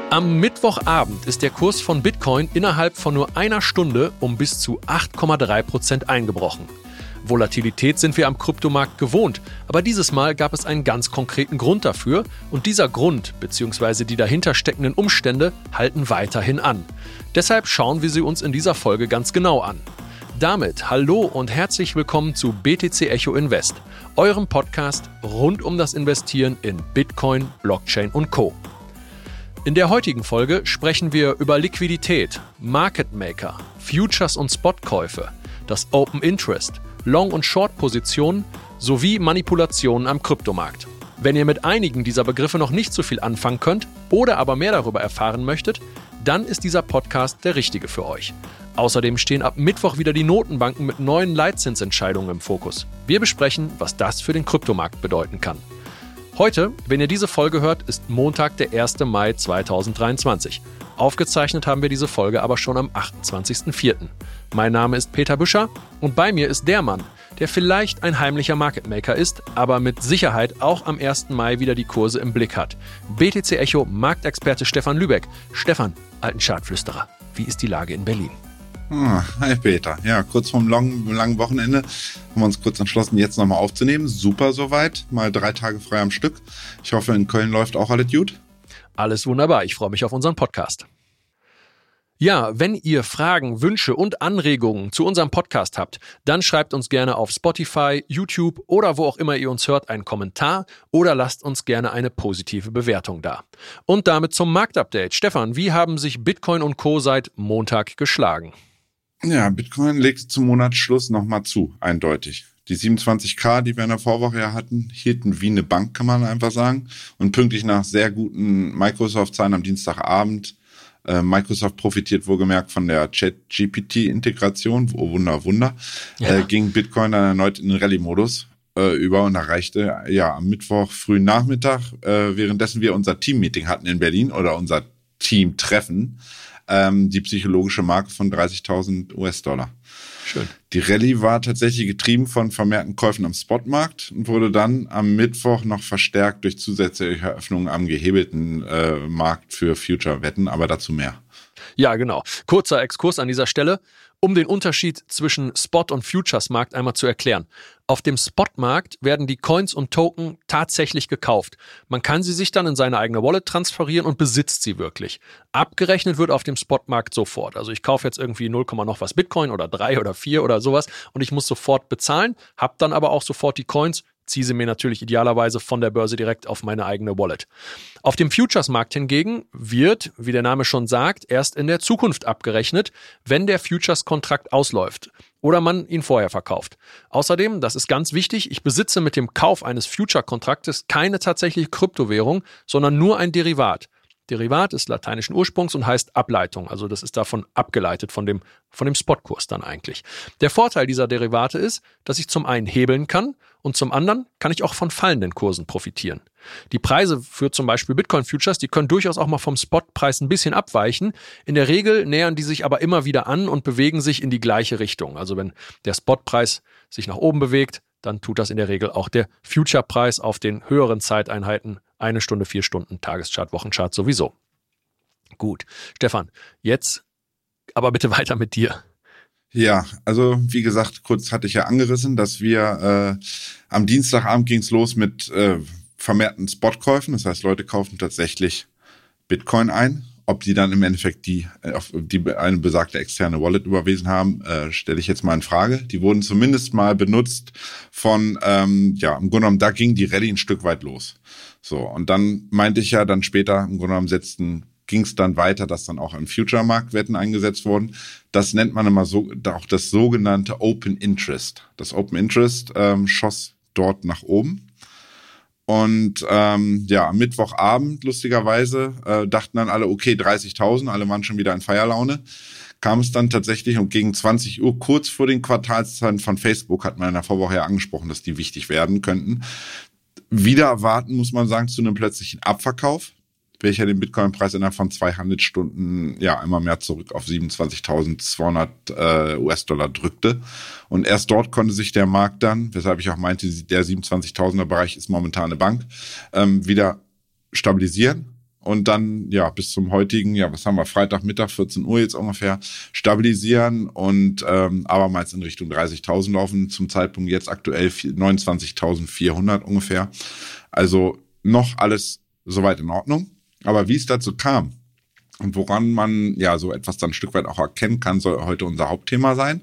Am Mittwochabend ist der Kurs von Bitcoin innerhalb von nur einer Stunde um bis zu 8,3% eingebrochen. Volatilität sind wir am Kryptomarkt gewohnt, aber dieses Mal gab es einen ganz konkreten Grund dafür und dieser Grund bzw. die dahinter steckenden Umstände halten weiterhin an. Deshalb schauen wir sie uns in dieser Folge ganz genau an. Damit hallo und herzlich willkommen zu BTC Echo Invest, eurem Podcast rund um das Investieren in Bitcoin, Blockchain und Co. In der heutigen Folge sprechen wir über Liquidität, Market Maker, Futures und Spotkäufe, das Open Interest, Long- und Short-Positionen sowie Manipulationen am Kryptomarkt. Wenn ihr mit einigen dieser Begriffe noch nicht so viel anfangen könnt oder aber mehr darüber erfahren möchtet, dann ist dieser Podcast der richtige für euch. Außerdem stehen ab Mittwoch wieder die Notenbanken mit neuen Leitzinsentscheidungen im Fokus. Wir besprechen, was das für den Kryptomarkt bedeuten kann. Heute, wenn ihr diese Folge hört, ist Montag, der 1. Mai 2023. Aufgezeichnet haben wir diese Folge aber schon am 28.04. Mein Name ist Peter Büscher und bei mir ist der Mann, der vielleicht ein heimlicher Market Maker ist, aber mit Sicherheit auch am 1. Mai wieder die Kurse im Blick hat. BTC Echo Marktexperte Stefan Lübeck. Stefan, alten Chartflüsterer, wie ist die Lage in Berlin? Hi Peter. Ja, kurz vorm langen Wochenende haben wir uns kurz entschlossen, jetzt nochmal aufzunehmen. Super soweit. Mal 3 Tage frei am Stück. Ich hoffe, in Köln läuft auch alles gut. Alles wunderbar. Ich freue mich auf unseren Podcast. Ja, wenn ihr Fragen, Wünsche und Anregungen zu unserem Podcast habt, dann schreibt uns gerne auf Spotify, YouTube oder wo auch immer ihr uns hört einen Kommentar oder lasst uns gerne eine positive Bewertung da. Und damit zum Marktupdate. Stefan, wie haben sich Bitcoin und Co. seit Montag geschlagen? Ja, Bitcoin legte zum Monatsschluss nochmal zu, eindeutig. Die 27.000, die wir in der Vorwoche ja hatten, hielten wie eine Bank, kann man einfach sagen. Und pünktlich nach sehr guten Microsoft-Zahlen am Dienstagabend, Microsoft profitiert wohlgemerkt von der Chat-GPT-Integration, oh Wunder, ging Bitcoin dann erneut in den Rallye-Modus über und erreichte ja am Mittwoch frühen Nachmittag, währenddessen wir unser Team-Meeting hatten in Berlin oder unser Team-Treffen, die psychologische Marke von 30.000 US-Dollar. Schön. Die Rallye war tatsächlich getrieben von vermehrten Käufen am Spotmarkt und wurde dann am Mittwoch noch verstärkt durch zusätzliche Eröffnungen am gehebelten Markt für Future-Wetten, aber dazu mehr. Ja, genau. Kurzer Exkurs an dieser Stelle, um den Unterschied zwischen Spot- und Futures-Markt einmal zu erklären. Auf dem Spot-Markt werden die Coins und Token tatsächlich gekauft. Man kann sie sich dann in seine eigene Wallet transferieren und besitzt sie wirklich. Abgerechnet wird auf dem Spot-Markt sofort. Also ich kaufe jetzt irgendwie 0, noch was Bitcoin oder 3 oder 4 oder sowas und ich muss sofort bezahlen, habe dann aber auch sofort die Coins, ziehe sie mir natürlich idealerweise von der Börse direkt auf meine eigene Wallet. Auf dem Futures-Markt hingegen wird, wie der Name schon sagt, erst in der Zukunft abgerechnet, wenn der Futures-Kontrakt ausläuft oder man ihn vorher verkauft. Außerdem, das ist ganz wichtig, ich besitze mit dem Kauf eines Future-Kontraktes keine tatsächliche Kryptowährung, sondern nur ein Derivat. Derivat ist lateinischen Ursprungs und heißt Ableitung, also das ist davon abgeleitet, von dem Spotkurs dann eigentlich. Der Vorteil dieser Derivate ist, dass ich zum einen hebeln kann und zum anderen kann ich auch von fallenden Kursen profitieren. Die Preise für zum Beispiel Bitcoin-Futures, die können durchaus auch mal vom Spotpreis ein bisschen abweichen. In der Regel nähern die sich aber immer wieder an und bewegen sich in die gleiche Richtung. Also wenn der Spotpreis sich nach oben bewegt, dann tut das in der Regel auch der Future-Preis auf den höheren Zeiteinheiten, 1 Stunde, 4 Stunden, Tageschart, Wochenchart sowieso. Gut, Stefan, jetzt aber bitte weiter mit dir. Ja, also wie gesagt, kurz hatte ich ja angerissen, dass wir am Dienstagabend ging es los mit vermehrten Spotkäufen. Das heißt, Leute kaufen tatsächlich Bitcoin ein. Ob die dann im Endeffekt auf die eine besagte externe Wallet überwiesen haben, stelle ich jetzt mal in Frage. Die wurden zumindest mal benutzt von, im Grunde genommen, da ging die Rallye ein Stück weit los. So, und dann meinte ich ja dann später, im Grunde genommen ging es dann weiter, dass dann auch im Future-Markt-Wetten eingesetzt wurden. Das nennt man immer so, auch das sogenannte Open Interest. Das Open Interest schoss dort nach oben. Und am Mittwochabend, lustigerweise, dachten dann alle, okay, 30.000, alle waren schon wieder in Feierlaune. Kam es dann tatsächlich und gegen 20 Uhr, kurz vor den Quartalszahlen von Facebook, hat man in der Vorwoche ja angesprochen, dass die wichtig werden könnten. Wieder erwarten, muss man sagen, zu einem plötzlichen Abverkauf, welcher den Bitcoin-Preis innerhalb von 2 Handelsstunden immer mehr zurück auf 27.200 US-Dollar drückte. Und erst dort konnte sich der Markt dann, weshalb ich auch meinte, der 27.000er Bereich ist momentan eine Bank, wieder stabilisieren. und dann ja bis zum heutigen, ja was haben wir, Freitagmittag, 14 Uhr jetzt ungefähr, stabilisieren und abermals in Richtung 30.000 laufen, zum Zeitpunkt jetzt aktuell 29.400 ungefähr. Also noch alles soweit in Ordnung. Aber wie es dazu kam und woran man ja so etwas dann ein Stück weit auch erkennen kann, soll heute unser Hauptthema sein.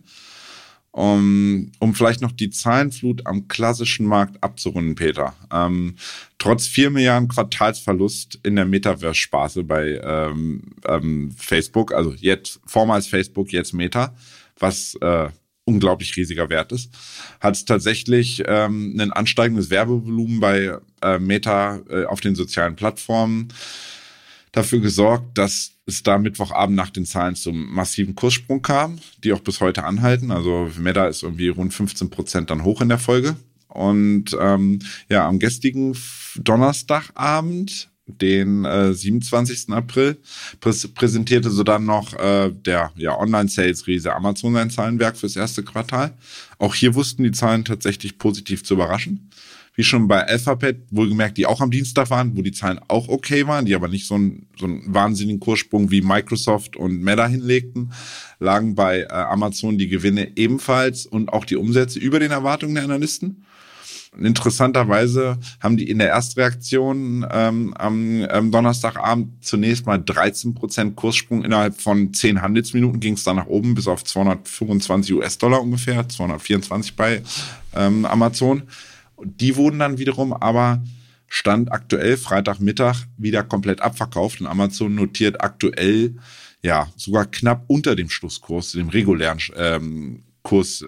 Um vielleicht noch die Zahlenflut am klassischen Markt abzurunden, Peter. Trotz 4 Milliarden Quartalsverlust in der Metaverse-Sparte bei Facebook, also jetzt vormals Facebook, jetzt Meta, was unglaublich riesiger Wert ist, hat es tatsächlich ein ansteigendes Werbevolumen bei Meta auf den sozialen Plattformen dafür gesorgt, dass es da Mittwochabend nach den Zahlen zum massiven Kurssprung kam, die auch bis heute anhalten. Also Meta ist irgendwie rund 15% dann hoch in der Folge. Und am gestrigen Donnerstagabend, den 27. April, präsentierte so dann noch der Online-Sales-Riese Amazon sein Zahlenwerk fürs erste Quartal. Auch hier wussten die Zahlen tatsächlich positiv zu überraschen. Wie schon bei Alphabet, wohlgemerkt, die auch am Dienstag waren, wo die Zahlen auch okay waren, die aber nicht so einen wahnsinnigen Kurssprung wie Microsoft und Meta hinlegten, lagen bei Amazon die Gewinne ebenfalls und auch die Umsätze über den Erwartungen der Analysten. Interessanterweise haben die in der Erstreaktion am Donnerstagabend zunächst mal 13% Kurssprung. Innerhalb von 10 Handelsminuten ging es dann nach oben bis auf 225 US-Dollar ungefähr, 224 bei Amazon. Die wurden dann wiederum aber Stand aktuell Freitagmittag wieder komplett abverkauft und Amazon notiert aktuell ja sogar knapp unter dem Schlusskurs, dem regulären Kurs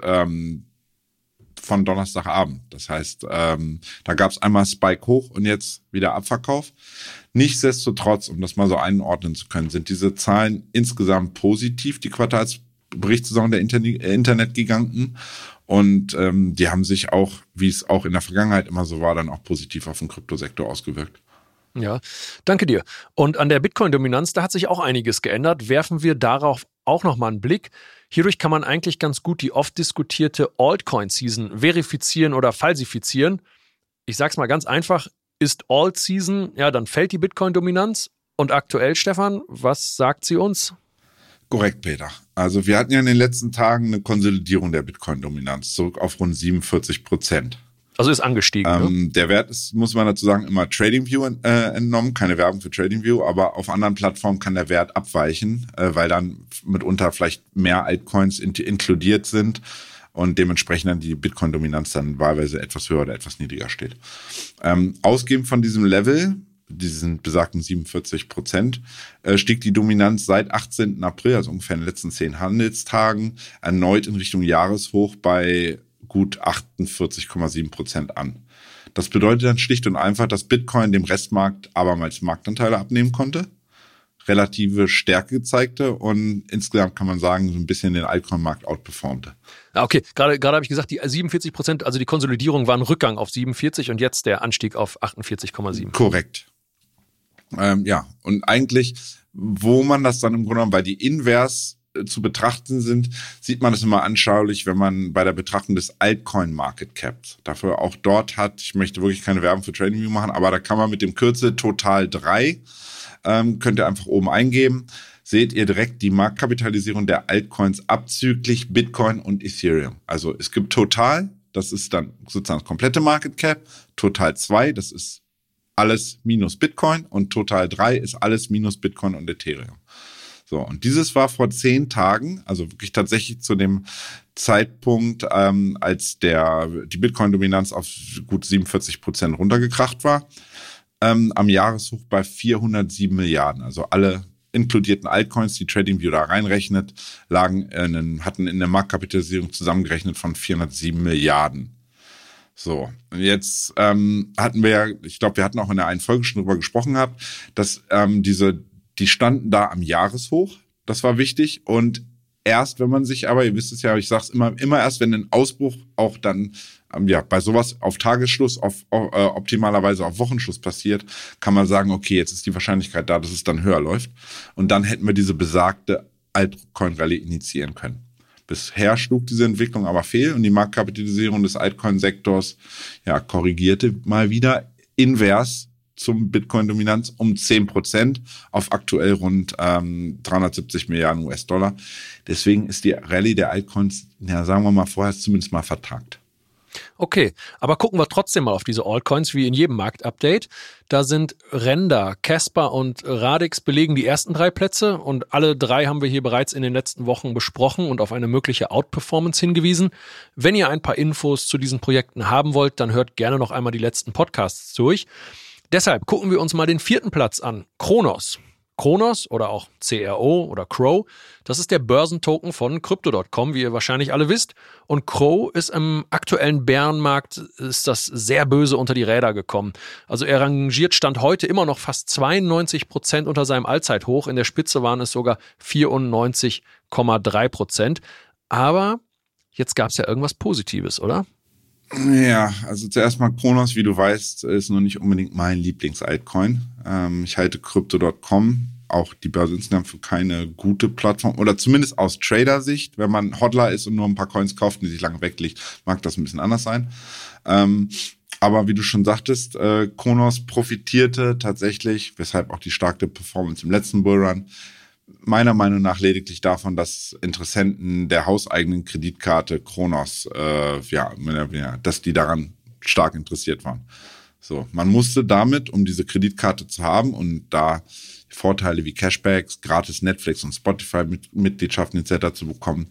von Donnerstagabend. Das heißt, da gab es einmal Spike hoch und jetzt wieder Abverkauf. Nichtsdestotrotz, um das mal so einordnen zu können, sind diese Zahlen insgesamt positiv, die Quartalsberichtssaison der Internetgiganten. Und die haben sich auch, wie es auch in der Vergangenheit immer so war, dann auch positiv auf den Kryptosektor ausgewirkt. Ja, danke dir. Und an der Bitcoin-Dominanz, da hat sich auch einiges geändert. Werfen wir darauf auch nochmal einen Blick. Hierdurch kann man eigentlich ganz gut die oft diskutierte Altcoin-Season verifizieren oder falsifizieren. Ich sag's mal ganz einfach, ist Alt-Season, ja, dann fällt die Bitcoin-Dominanz. Und aktuell, Stefan, was sagt sie uns? Korrekt, Peter. Also wir hatten ja in den letzten Tagen eine Konsolidierung der Bitcoin-Dominanz zurück auf rund 47%. Also ist angestiegen. Ne? Der Wert ist, muss man dazu sagen, immer TradingView entnommen, keine Werbung für TradingView, aber auf anderen Plattformen kann der Wert abweichen, weil dann mitunter vielleicht mehr Altcoins inkludiert sind und dementsprechend dann die Bitcoin-Dominanz dann wahlweise etwas höher oder etwas niedriger steht. Ausgehend von diesem Level, diesen besagten 47%, stieg die Dominanz seit 18. April, also ungefähr in den letzten 10 Handelstagen, erneut in Richtung Jahreshoch bei gut 48,7% an. Das bedeutet dann schlicht und einfach, dass Bitcoin dem Restmarkt abermals Marktanteile abnehmen konnte, relative Stärke zeigte und insgesamt kann man sagen, so ein bisschen den Altcoin-Markt outperformte. Okay, gerade habe ich gesagt, die 47%, also die Konsolidierung war ein Rückgang auf 47 und jetzt der Anstieg auf 48,7. Korrekt. Und eigentlich, wo man das dann im Grunde genommen, weil die invers zu betrachten sind, sieht man das immer anschaulich, wenn man bei der Betrachtung des Altcoin Market Caps, dafür auch dort hat, ich möchte wirklich keine Werbung für TradingView machen, aber da kann man mit dem Kürzel Total 3, könnt ihr einfach oben eingeben, seht ihr direkt die Marktkapitalisierung der Altcoins abzüglich Bitcoin und Ethereum. Also es gibt Total, das ist dann sozusagen das komplette Market Cap, Total 2, das ist alles minus Bitcoin und Total 3 ist alles minus Bitcoin und Ethereum. So, und dieses war vor 10 Tagen, also wirklich tatsächlich zu dem Zeitpunkt, als die Bitcoin-Dominanz auf gut 47% runtergekracht war, am Jahreshoch bei 407 Milliarden. Also alle inkludierten Altcoins, die TradingView da reinrechnet, hatten in der Marktkapitalisierung zusammengerechnet von 407 Milliarden. So, und jetzt hatten wir ja, ich glaube, wir hatten auch in der einen Folge schon drüber gesprochen gehabt, dass die standen da am Jahreshoch, das war wichtig. Und erst, wenn man sich aber, ihr wisst es ja, ich sag's immer erst, wenn ein Ausbruch auch dann, bei sowas auf Tagesschluss, optimalerweise auf Wochenschluss passiert, kann man sagen, okay, jetzt ist die Wahrscheinlichkeit da, dass es dann höher läuft. Und dann hätten wir diese besagte Altcoin-Rallye initiieren können. Bisher schlug diese Entwicklung aber fehl und die Marktkapitalisierung des Altcoin-Sektors korrigierte mal wieder invers zum Bitcoin-Dominanz um 10% auf aktuell rund 370 Milliarden US-Dollar. Deswegen ist die Rallye der Altcoins, ja, sagen wir mal vorher, zumindest mal vertagt. Okay, aber gucken wir trotzdem mal auf diese Altcoins, wie in jedem Marktupdate. Da sind Render, Casper und Radix belegen die ersten 3 Plätze und alle 3 haben wir hier bereits in den letzten Wochen besprochen und auf eine mögliche Outperformance hingewiesen. Wenn ihr ein paar Infos zu diesen Projekten haben wollt, dann hört gerne noch einmal die letzten Podcasts durch. Deshalb gucken wir uns mal den 4. Platz an, Cronos. Cronos oder auch CRO oder Crow, das ist der Börsentoken von Crypto.com, wie ihr wahrscheinlich alle wisst. Und Crow ist im aktuellen Bärenmarkt, ist das sehr böse unter die Räder gekommen. Also er rangiert Stand heute immer noch fast 92% unter seinem Allzeithoch. In der Spitze waren es sogar 94,3%. Aber jetzt gab es ja irgendwas Positives, oder? Ja, also zuerst mal Cronos, wie du weißt, ist noch nicht unbedingt mein Lieblings-Altcoin. Ich halte Crypto.com, auch die Börse insgesamt, für keine gute Plattform. Oder zumindest aus Trader-Sicht. Wenn man Hodler ist und nur ein paar Coins kauft und die sich lange weglegt, mag das ein bisschen anders sein. Aber wie du schon sagtest, Cronos profitierte tatsächlich, weshalb auch die starke Performance im letzten Bullrun, meiner Meinung nach lediglich davon, dass Interessenten der hauseigenen Kreditkarte Cronos, dass die daran stark interessiert waren. So, man musste damit, um diese Kreditkarte zu haben und da Vorteile wie Cashbacks, gratis Netflix und Spotify-Mitgliedschaften etc. zu bekommen,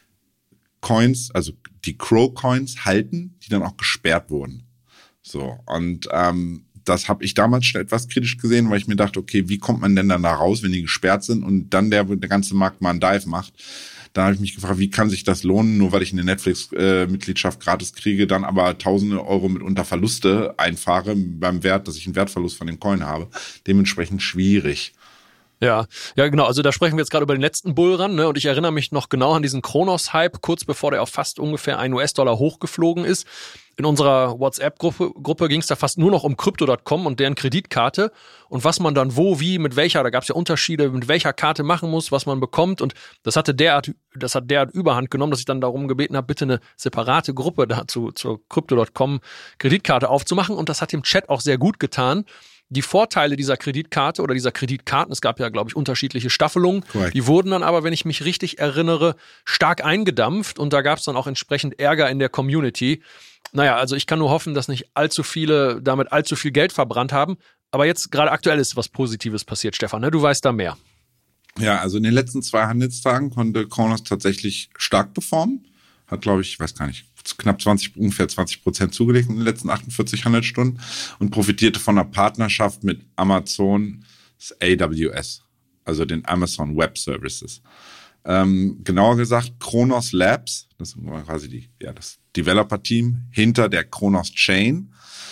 Coins, also die Crow-Coins halten, die dann auch gesperrt wurden. So, und das habe ich damals schon etwas kritisch gesehen, weil ich mir dachte, okay, wie kommt man denn dann da raus, wenn die gesperrt sind und dann der ganze Markt mal einen Dive macht? Da habe ich mich gefragt, wie kann sich das lohnen, nur weil ich eine Netflix-Mitgliedschaft gratis kriege, dann aber tausende Euro mitunter Verluste einfahre beim Wert, dass ich einen Wertverlust von dem Coin habe. Dementsprechend schwierig. Ja, genau. Also da sprechen wir jetzt gerade über den letzten Bullrun, ne? Und ich erinnere mich noch genau an diesen Cronos-Hype, kurz bevor der auf fast ungefähr $1 hochgeflogen ist. In unserer WhatsApp-Gruppe ging es da fast nur noch um Crypto.com und deren Kreditkarte und was man dann wo, wie, mit welcher, da gab es ja Unterschiede, mit welcher Karte machen muss, was man bekommt und das hat derart Überhand genommen, dass ich dann darum gebeten habe, bitte eine separate Gruppe dazu zur Crypto.com Kreditkarte aufzumachen und das hat dem Chat auch sehr gut getan. Die Vorteile dieser Kreditkarte oder dieser Kreditkarten, es gab ja, glaube ich, unterschiedliche Staffelungen, Correct. Die wurden dann aber, wenn ich mich richtig erinnere, stark eingedampft und da gab es dann auch entsprechend Ärger in der Community. Naja, also ich kann nur hoffen, dass nicht allzu viele damit allzu viel Geld verbrannt haben. Aber jetzt gerade aktuell ist was Positives passiert, Stefan, ne? Du weißt da mehr. Ja, also in den letzten 2 Handelstagen konnte Cronos tatsächlich stark performen. Hat, glaube ich, weiß gar nicht, ungefähr 20% zugelegt in den letzten 48 Handelsstunden und profitierte von einer Partnerschaft mit Amazon AWS, also den Amazon Web Services. Genauer gesagt, Cronos Labs, das ist quasi das Developer-Team hinter der Cronos Chain,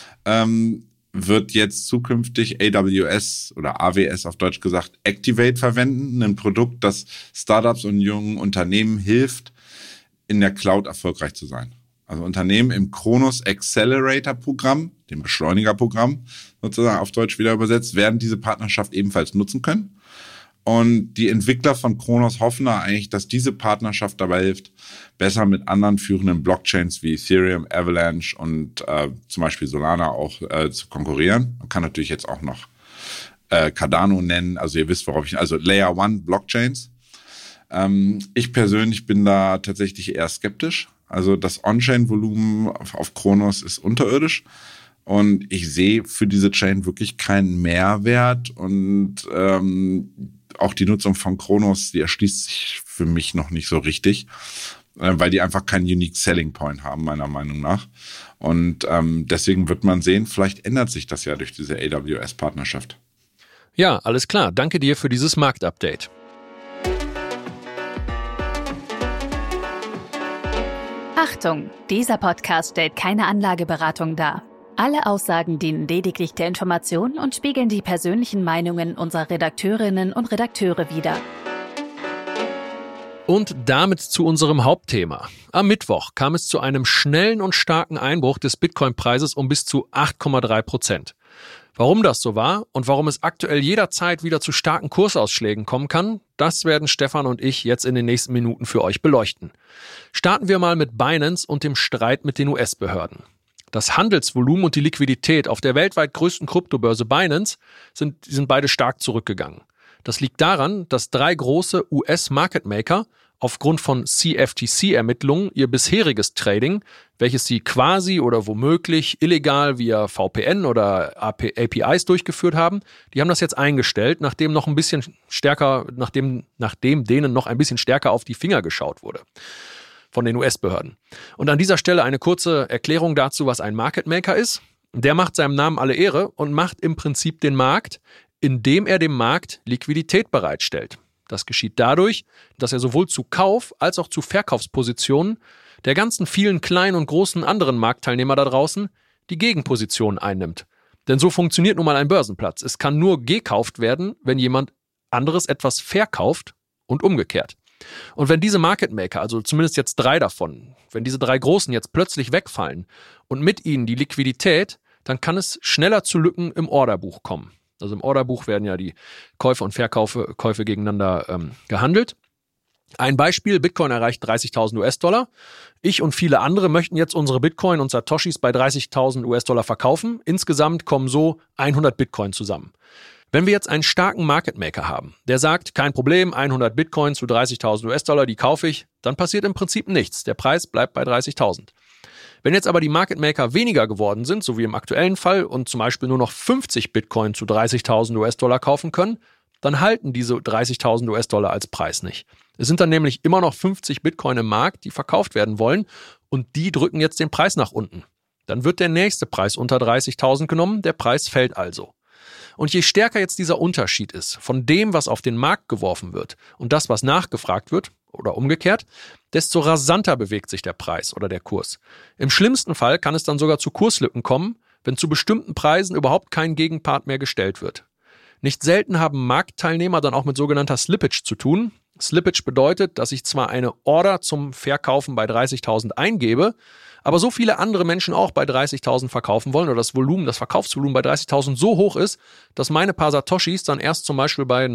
wird jetzt zukünftig AWS oder AWS auf Deutsch gesagt Activate verwenden, ein Produkt, das Startups und jungen Unternehmen hilft, in der Cloud erfolgreich zu sein. Also Unternehmen im Cronos Accelerator Programm, dem Beschleunigerprogramm sozusagen auf Deutsch wieder übersetzt, werden diese Partnerschaft ebenfalls nutzen können. Und die Entwickler von Cronos hoffen da eigentlich, dass diese Partnerschaft dabei hilft, besser mit anderen führenden Blockchains wie Ethereum, Avalanche und zum Beispiel Solana auch zu konkurrieren. Man kann natürlich jetzt auch noch Cardano nennen, also ihr wisst, also Layer 1 Blockchains. Ich persönlich bin da tatsächlich eher skeptisch. Also das On-Chain-Volumen auf Cronos ist unterirdisch und ich sehe für diese Chain wirklich keinen Mehrwert und auch die Nutzung von Cronos, die erschließt sich für mich noch nicht so richtig, weil die einfach keinen Unique Selling Point haben, meiner Meinung nach. Und deswegen wird man sehen, vielleicht ändert sich das ja durch diese AWS-Partnerschaft. Ja, alles klar. Danke dir für dieses Marktupdate. Achtung, dieser Podcast stellt keine Anlageberatung dar. Alle Aussagen dienen lediglich der Information und spiegeln die persönlichen Meinungen unserer Redakteurinnen und Redakteure wider. Und damit zu unserem Hauptthema. Am Mittwoch kam es zu einem schnellen und starken Einbruch des Bitcoin-Preises um bis zu 8,3%. Warum das so war und warum es aktuell jederzeit wieder zu starken Kursausschlägen kommen kann, das werden Stefan und ich jetzt in den nächsten Minuten für euch beleuchten. Starten wir mal mit Binance und dem Streit mit den US-Behörden. Das Handelsvolumen und die Liquidität auf der weltweit größten Kryptobörse Binance sind beide stark zurückgegangen. Das liegt daran, dass 3 große US-Market-Maker aufgrund von CFTC-Ermittlungen ihr bisheriges Trading, welches sie quasi oder womöglich illegal via VPN oder APIs durchgeführt haben, die haben das jetzt eingestellt, nachdem denen noch ein bisschen stärker auf die Finger geschaut wurde von den US-Behörden. Und an dieser Stelle eine kurze Erklärung dazu, was ein Market Maker ist. Der macht seinem Namen alle Ehre und macht im Prinzip den Markt, indem er dem Markt Liquidität bereitstellt. Das geschieht dadurch, dass er sowohl zu Kauf- als auch zu Verkaufspositionen der ganzen vielen kleinen und großen anderen Marktteilnehmer da draußen die Gegenposition einnimmt. Denn so funktioniert nun mal ein Börsenplatz. Es kann nur gekauft werden, wenn jemand anderes etwas verkauft und umgekehrt. Und wenn diese Market Maker, also zumindest jetzt 3 davon, wenn diese 3 großen jetzt plötzlich wegfallen und mit ihnen die Liquidität, dann kann es schneller zu Lücken im Orderbuch kommen. Also im Orderbuch werden ja die Käufe und Käufe gegeneinander gehandelt. Ein Beispiel, Bitcoin erreicht 30.000 US-Dollar. Ich und viele andere möchten jetzt unsere Bitcoin und Satoshis bei 30.000 US-Dollar verkaufen. Insgesamt kommen so 100 Bitcoin zusammen. Wenn wir jetzt einen starken Market Maker haben, der sagt, kein Problem, 100 Bitcoin zu 30.000 US-Dollar, die kaufe ich, dann passiert im Prinzip nichts. Der Preis bleibt bei 30.000. Wenn jetzt aber die Market Maker weniger geworden sind, so wie im aktuellen Fall, und zum Beispiel nur noch 50 Bitcoin zu 30.000 US-Dollar kaufen können, dann halten diese 30.000 US-Dollar als Preis nicht. Es sind dann nämlich immer noch 50 Bitcoin im Markt, die verkauft werden wollen, und die drücken jetzt den Preis nach unten. Dann wird der nächste Preis unter 30.000 genommen, der Preis fällt also. Und je stärker jetzt dieser Unterschied ist von dem, was auf den Markt geworfen wird und das, was nachgefragt wird, oder umgekehrt, desto rasanter bewegt sich der Preis oder der Kurs. Im schlimmsten Fall kann es dann sogar zu Kurslücken kommen, wenn zu bestimmten Preisen überhaupt kein Gegenpart mehr gestellt wird. Nicht selten haben Marktteilnehmer dann auch mit sogenannter Slippage zu tun. Slippage bedeutet, dass ich zwar eine Order zum Verkaufen bei 30.000 eingebe, aber so viele andere Menschen auch bei 30.000 verkaufen wollen oder das Verkaufsvolumen bei 30.000 so hoch ist, dass meine paar Satoshis dann erst zum Beispiel bei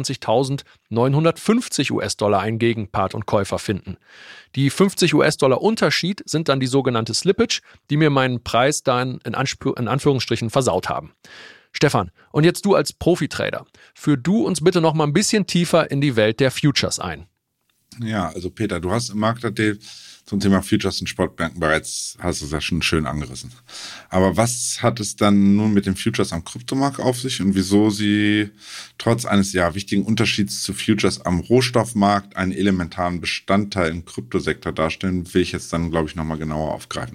29.950 US-Dollar einen Gegenpart und Käufer finden. Die 50 US-Dollar Unterschied sind dann die sogenannte Slippage, die mir meinen Preis dann in Anführungsstrichen versaut haben. Stefan, und jetzt du als Profi-Trader, führ du uns bitte noch mal ein bisschen tiefer in die Welt der Futures ein. Ja, also Peter, du hast im Markt.at zum Thema Futures und Sportbanken bereits, hast es ja schon schön angerissen. Aber was hat es dann nun mit den Futures am Kryptomarkt auf sich und wieso sie trotz eines wichtigen Unterschieds zu Futures am Rohstoffmarkt einen elementaren Bestandteil im Kryptosektor darstellen, will ich jetzt dann, glaube ich, nochmal genauer aufgreifen.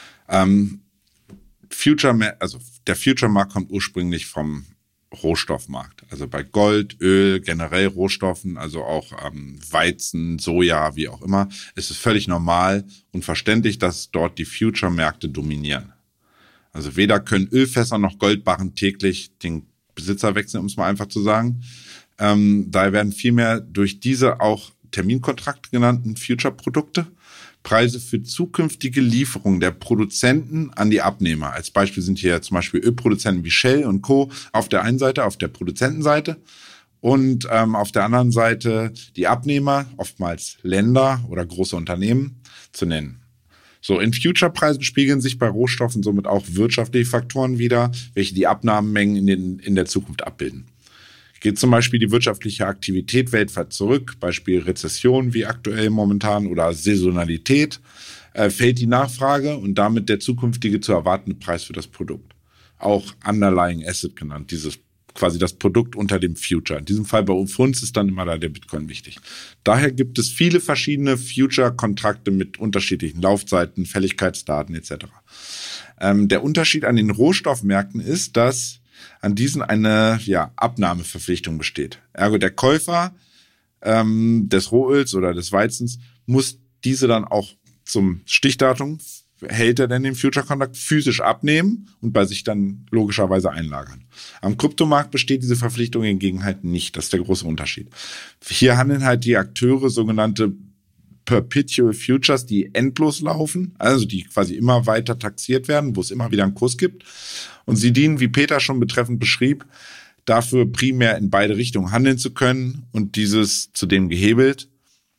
Der Future-Markt kommt ursprünglich vom Rohstoffmarkt. Also bei Gold, Öl, generell Rohstoffen, also auch Weizen, Soja, wie auch immer, ist es völlig normal und verständlich, dass dort die Future-Märkte dominieren. Also weder können Ölfässer noch Goldbarren täglich den Besitzer wechseln, um es mal einfach zu sagen. Daher werden vielmehr durch diese auch Terminkontrakte genannten Future-Produkte Preise für zukünftige Lieferungen der Produzenten an die Abnehmer. Als Beispiel sind hier zum Beispiel Ölproduzenten wie Shell und Co. auf der einen Seite, auf der Produzentenseite und auf der anderen Seite die Abnehmer, oftmals Länder oder große Unternehmen, zu nennen. So, in Future-Preisen spiegeln sich bei Rohstoffen somit auch wirtschaftliche Faktoren wider, welche die Abnahmemengen in der Zukunft abbilden. Geht zum Beispiel die wirtschaftliche Aktivität weltweit zurück, Beispiel Rezession wie aktuell momentan oder Saisonalität, fällt die Nachfrage und damit der zukünftige zu erwartende Preis für das Produkt. Auch Underlying Asset genannt, dieses quasi das Produkt unter dem Future. In diesem Fall bei uns ist dann immer da der Bitcoin wichtig. Daher gibt es viele verschiedene Future-Kontrakte mit unterschiedlichen Laufzeiten, Fälligkeitsdaten etc. Der Unterschied an den Rohstoffmärkten ist, dass an diesen eine Abnahmeverpflichtung besteht. Ergo der Käufer des Rohöls oder des Weizens muss diese dann auch zum Stichdatum, hält er denn den Future-Kontrakt, physisch abnehmen und bei sich dann logischerweise einlagern. Am Kryptomarkt besteht diese Verpflichtung hingegen halt nicht. Das ist der große Unterschied. Hier handeln halt die Akteure sogenannte Perpetual Futures, die endlos laufen, also die quasi immer weiter taxiert werden, wo es immer wieder einen Kurs gibt. Und sie dienen, wie Peter schon betreffend beschrieb, dafür primär in beide Richtungen handeln zu können und dieses zudem gehebelt.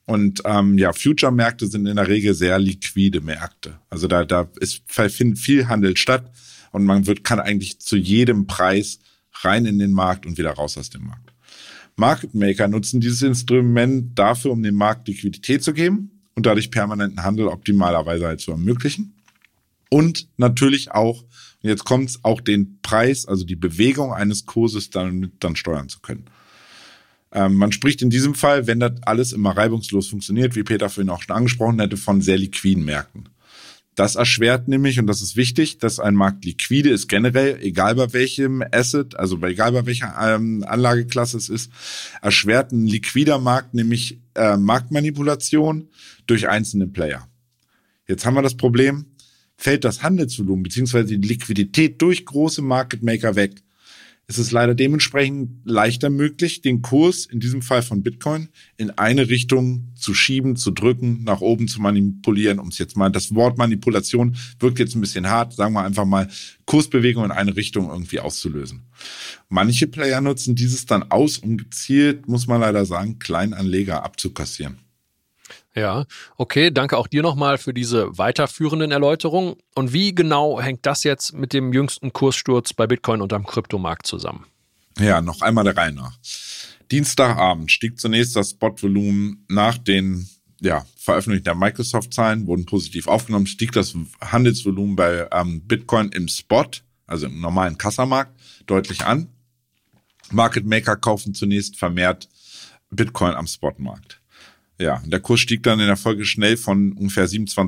Und Future-Märkte sind in der Regel sehr liquide Märkte. Also da findet viel Handel statt und kann eigentlich zu jedem Preis rein in den Markt und wieder raus aus dem Markt. Market Maker nutzen dieses Instrument dafür, um dem Markt Liquidität zu geben und dadurch permanenten Handel optimalerweise halt zu ermöglichen. Und natürlich auch, und jetzt kommt's, auch den Preis, also die Bewegung eines Kurses dann steuern zu können. Man spricht in diesem Fall, wenn das alles immer reibungslos funktioniert, wie Peter vorhin auch schon angesprochen hätte, von sehr liquiden Märkten. Das erschwert nämlich, und das ist wichtig, dass ein Markt liquide ist generell, egal bei welchem Asset, also egal bei welcher Anlageklasse es ist, erschwert ein liquider Markt nämlich Marktmanipulation durch einzelne Player. Jetzt haben wir das Problem, fällt das Handelsvolumen bzw. die Liquidität durch große Market Maker weg, ist es leider dementsprechend leichter möglich, den Kurs, in diesem Fall von Bitcoin, in eine Richtung zu schieben, zu drücken, nach oben zu manipulieren, um es jetzt mal, das Wort Manipulation wirkt jetzt ein bisschen hart, sagen wir einfach mal, Kursbewegung in eine Richtung irgendwie auszulösen. Manche Player nutzen dieses dann aus, um gezielt, muss man leider sagen, Kleinanleger abzukassieren. Ja, okay, danke auch dir nochmal für diese weiterführenden Erläuterungen. Und wie genau hängt das jetzt mit dem jüngsten Kurssturz bei Bitcoin und am Kryptomarkt zusammen? Ja, noch einmal der Reihe nach. Dienstagabend stieg zunächst das Spotvolumen nach den Veröffentlichung der Microsoft-Zahlen, wurden positiv aufgenommen, stieg das Handelsvolumen bei Bitcoin im Spot, also im normalen Kassamarkt, deutlich an. Market Maker kaufen zunächst vermehrt Bitcoin am Spotmarkt. Ja, der Kurs stieg dann in der Folge schnell von ungefähr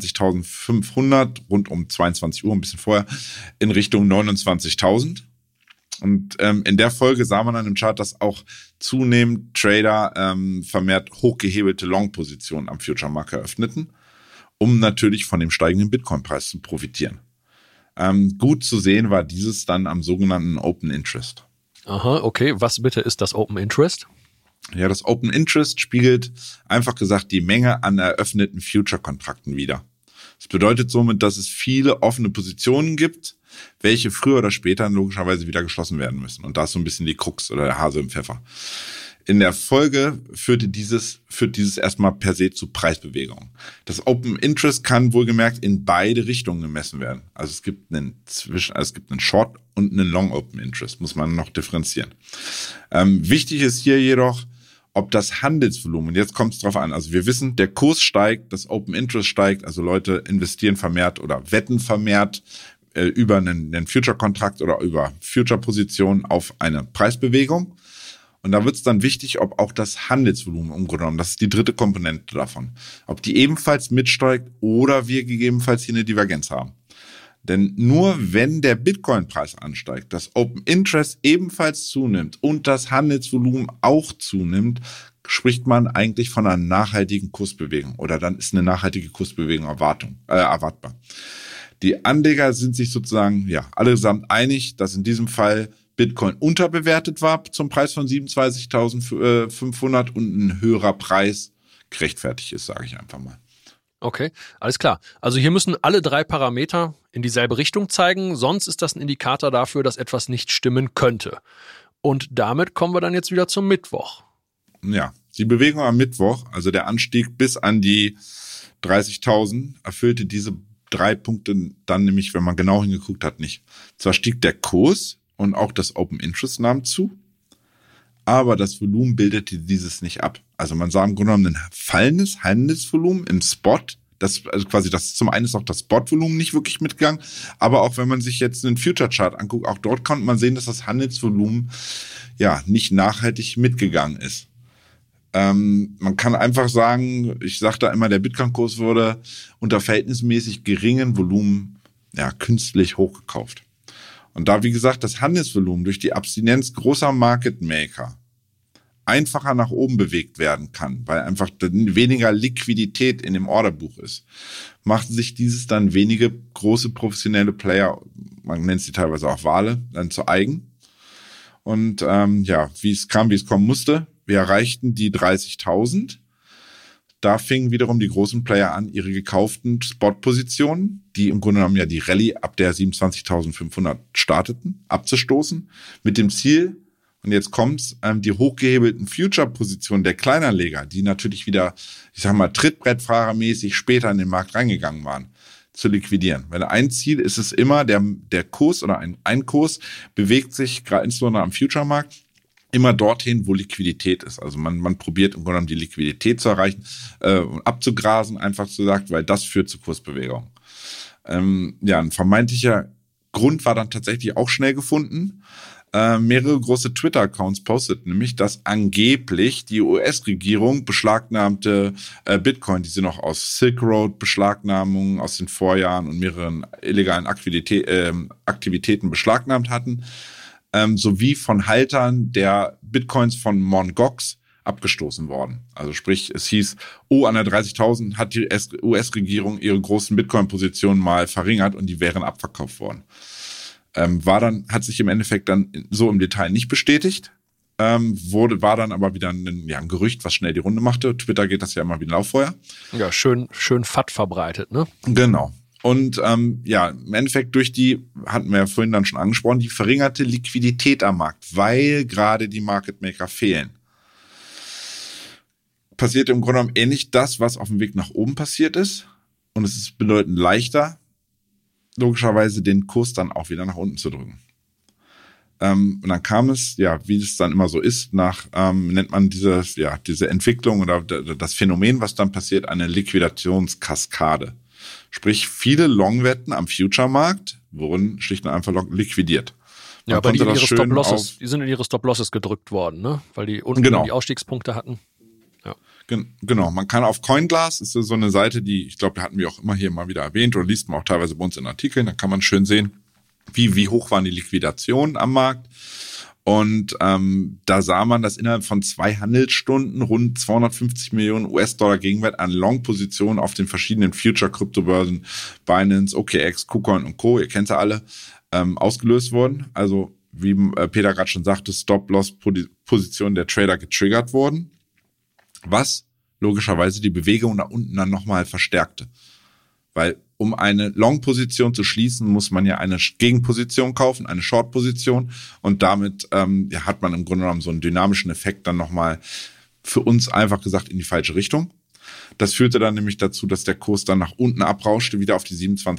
27.500, rund um 22 Uhr, ein bisschen vorher, in Richtung 29.000. Und in der Folge sah man dann im Chart, dass auch zunehmend Trader vermehrt hochgehebelte Long-Positionen am Future-Markt eröffneten, um natürlich von dem steigenden Bitcoin-Preis zu profitieren. Gut zu sehen war dieses dann am sogenannten Open Interest. Aha, okay. Was bitte ist das Open Interest? Ja, das Open Interest spiegelt einfach gesagt die Menge an eröffneten Future-Kontrakten wider. Das bedeutet somit, dass es viele offene Positionen gibt, welche früher oder später logischerweise wieder geschlossen werden müssen. Und da ist so ein bisschen die Krux oder der Hase im Pfeffer. In der Folge führt dieses erstmal per se zu Preisbewegungen. Das Open Interest kann wohlgemerkt in beide Richtungen gemessen werden. Also es gibt einen Short und einen Long Open Interest, muss man noch differenzieren. Wichtig ist hier jedoch, ob das Handelsvolumen, jetzt kommt es drauf an, also wir wissen, der Kurs steigt, das Open Interest steigt, also Leute investieren vermehrt oder wetten vermehrt über einen Future-Kontrakt oder über Future-Positionen auf eine Preisbewegung. Und da wird es dann wichtig, ob auch das Handelsvolumen umgenommen, das ist die dritte Komponente davon, ob die ebenfalls mitsteigt oder wir gegebenenfalls hier eine Divergenz haben. Denn nur wenn der Bitcoin-Preis ansteigt, das Open Interest ebenfalls zunimmt und das Handelsvolumen auch zunimmt, spricht man eigentlich von einer nachhaltigen Kursbewegung oder dann ist eine nachhaltige Kursbewegung erwartbar. Die Anleger sind sich sozusagen allesamt einig, dass in diesem Fall Bitcoin unterbewertet war zum Preis von 27.500 und ein höherer Preis gerechtfertigt ist, sage ich einfach mal. Okay, alles klar. Also hier müssen alle drei Parameter in dieselbe Richtung zeigen, sonst ist das ein Indikator dafür, dass etwas nicht stimmen könnte. Und damit kommen wir dann jetzt wieder zum Mittwoch. Ja, die Bewegung am Mittwoch, also der Anstieg bis an die 30.000, erfüllte diese 3 Punkte dann nämlich, wenn man genau hingeguckt hat, nicht. Zwar stieg der Kurs und auch das Open Interest nahm zu, aber das Volumen bildete dieses nicht ab. Also man sah im Grunde genommen ein fallendes Handelsvolumen im Spot. Zum einen ist auch das Spot-Volumen nicht wirklich mitgegangen, aber auch wenn man sich jetzt einen Future-Chart anguckt, auch dort konnte man sehen, dass das Handelsvolumen nicht nachhaltig mitgegangen ist. Man kann einfach sagen, ich sage da immer, der Bitcoin-Kurs wurde unter verhältnismäßig geringen Volumen künstlich hochgekauft. Und da, wie gesagt, das Handelsvolumen durch die Abstinenz großer Market Maker einfacher nach oben bewegt werden kann, weil einfach weniger Liquidität in dem Orderbuch ist, machten sich dieses dann wenige große professionelle Player, man nennt sie teilweise auch Wale, dann zu eigen. Und wie es kommen musste, wir erreichten die 30.000. Da fingen wiederum die großen Player an, ihre gekauften Spot-Positionen, die im Grunde genommen die Rallye ab der 27.500 starteten, abzustoßen, mit dem Ziel, Und jetzt kommt's, die hochgehebelten Future-Positionen der Kleinanleger, die natürlich wieder, ich sag mal, Trittbrettfahrermäßig später in den Markt reingegangen waren, zu liquidieren. Weil ein Ziel ist es immer, der Kurs oder ein Kurs bewegt sich, gerade insbesondere am Future-Markt, immer dorthin, wo Liquidität ist. Also man probiert im Grunde genommen die Liquidität zu erreichen und abzugrasen, einfach so gesagt, weil das führt zu Kursbewegungen. Ein vermeintlicher Grund war dann tatsächlich auch schnell gefunden. Mehrere große Twitter-Accounts posteten nämlich, dass angeblich die US-Regierung beschlagnahmte Bitcoin, die sie noch aus Silk Road Beschlagnahmungen aus den Vorjahren und mehreren illegalen Aktivitäten beschlagnahmt hatten, sowie von Haltern der Bitcoins von Mt. Gox abgestoßen worden. Also sprich, es hieß, an der 30.000 hat die US-Regierung ihre großen Bitcoin-Positionen mal verringert und die wären abverkauft worden. Hat sich im Endeffekt dann so im Detail nicht bestätigt, war dann aber wieder ein Gerücht, was schnell die Runde machte. Twitter geht das ja immer wie ein Lauffeuer. Ja, schön FAT verbreitet, ne? Genau. Und im Endeffekt durch die, hatten wir ja vorhin dann schon angesprochen, die verringerte Liquidität am Markt, weil gerade die Market Maker fehlen. Passiert im Grunde genommen ähnlich das, was auf dem Weg nach oben passiert ist. Und es ist bedeutend leichter, logischerweise den Kurs dann auch wieder nach unten zu drücken. Und dann kam es, wie es dann immer so ist, nennt man diese Entwicklung oder das Phänomen, was dann passiert, eine Liquidationskaskade. Sprich, viele Longwetten am Future-Markt wurden schlicht und einfach liquidiert. Ja, aber die sind in ihre Stop-Losses gedrückt worden, ne? Weil die unten die Ausstiegspunkte hatten. Ja. Genau, man kann auf CoinGlass, ist so eine Seite, die, ich glaube, hatten wir auch immer hier mal wieder erwähnt oder liest man auch teilweise bei uns in Artikeln, da kann man schön sehen, wie hoch waren die Liquidationen am Markt. Und da sah man, dass innerhalb von 2 Handelsstunden rund 250 Millionen US-Dollar Gegenwert an Long-Positionen auf den verschiedenen Future-Kryptobörsen, Binance, OKX, KuCoin und Co., ihr kennt sie alle, ausgelöst wurden. Also wie Peter gerade schon sagte, Stop-Loss-Positionen der Trader getriggert wurden, was logischerweise die Bewegung nach unten dann nochmal verstärkte. Weil um eine Long-Position zu schließen, muss man ja eine Gegenposition kaufen, eine Short-Position. Und damit hat man im Grunde genommen so einen dynamischen Effekt dann nochmal für uns einfach gesagt in die falsche Richtung. Das führte dann nämlich dazu, dass der Kurs dann nach unten abrauschte, wieder auf die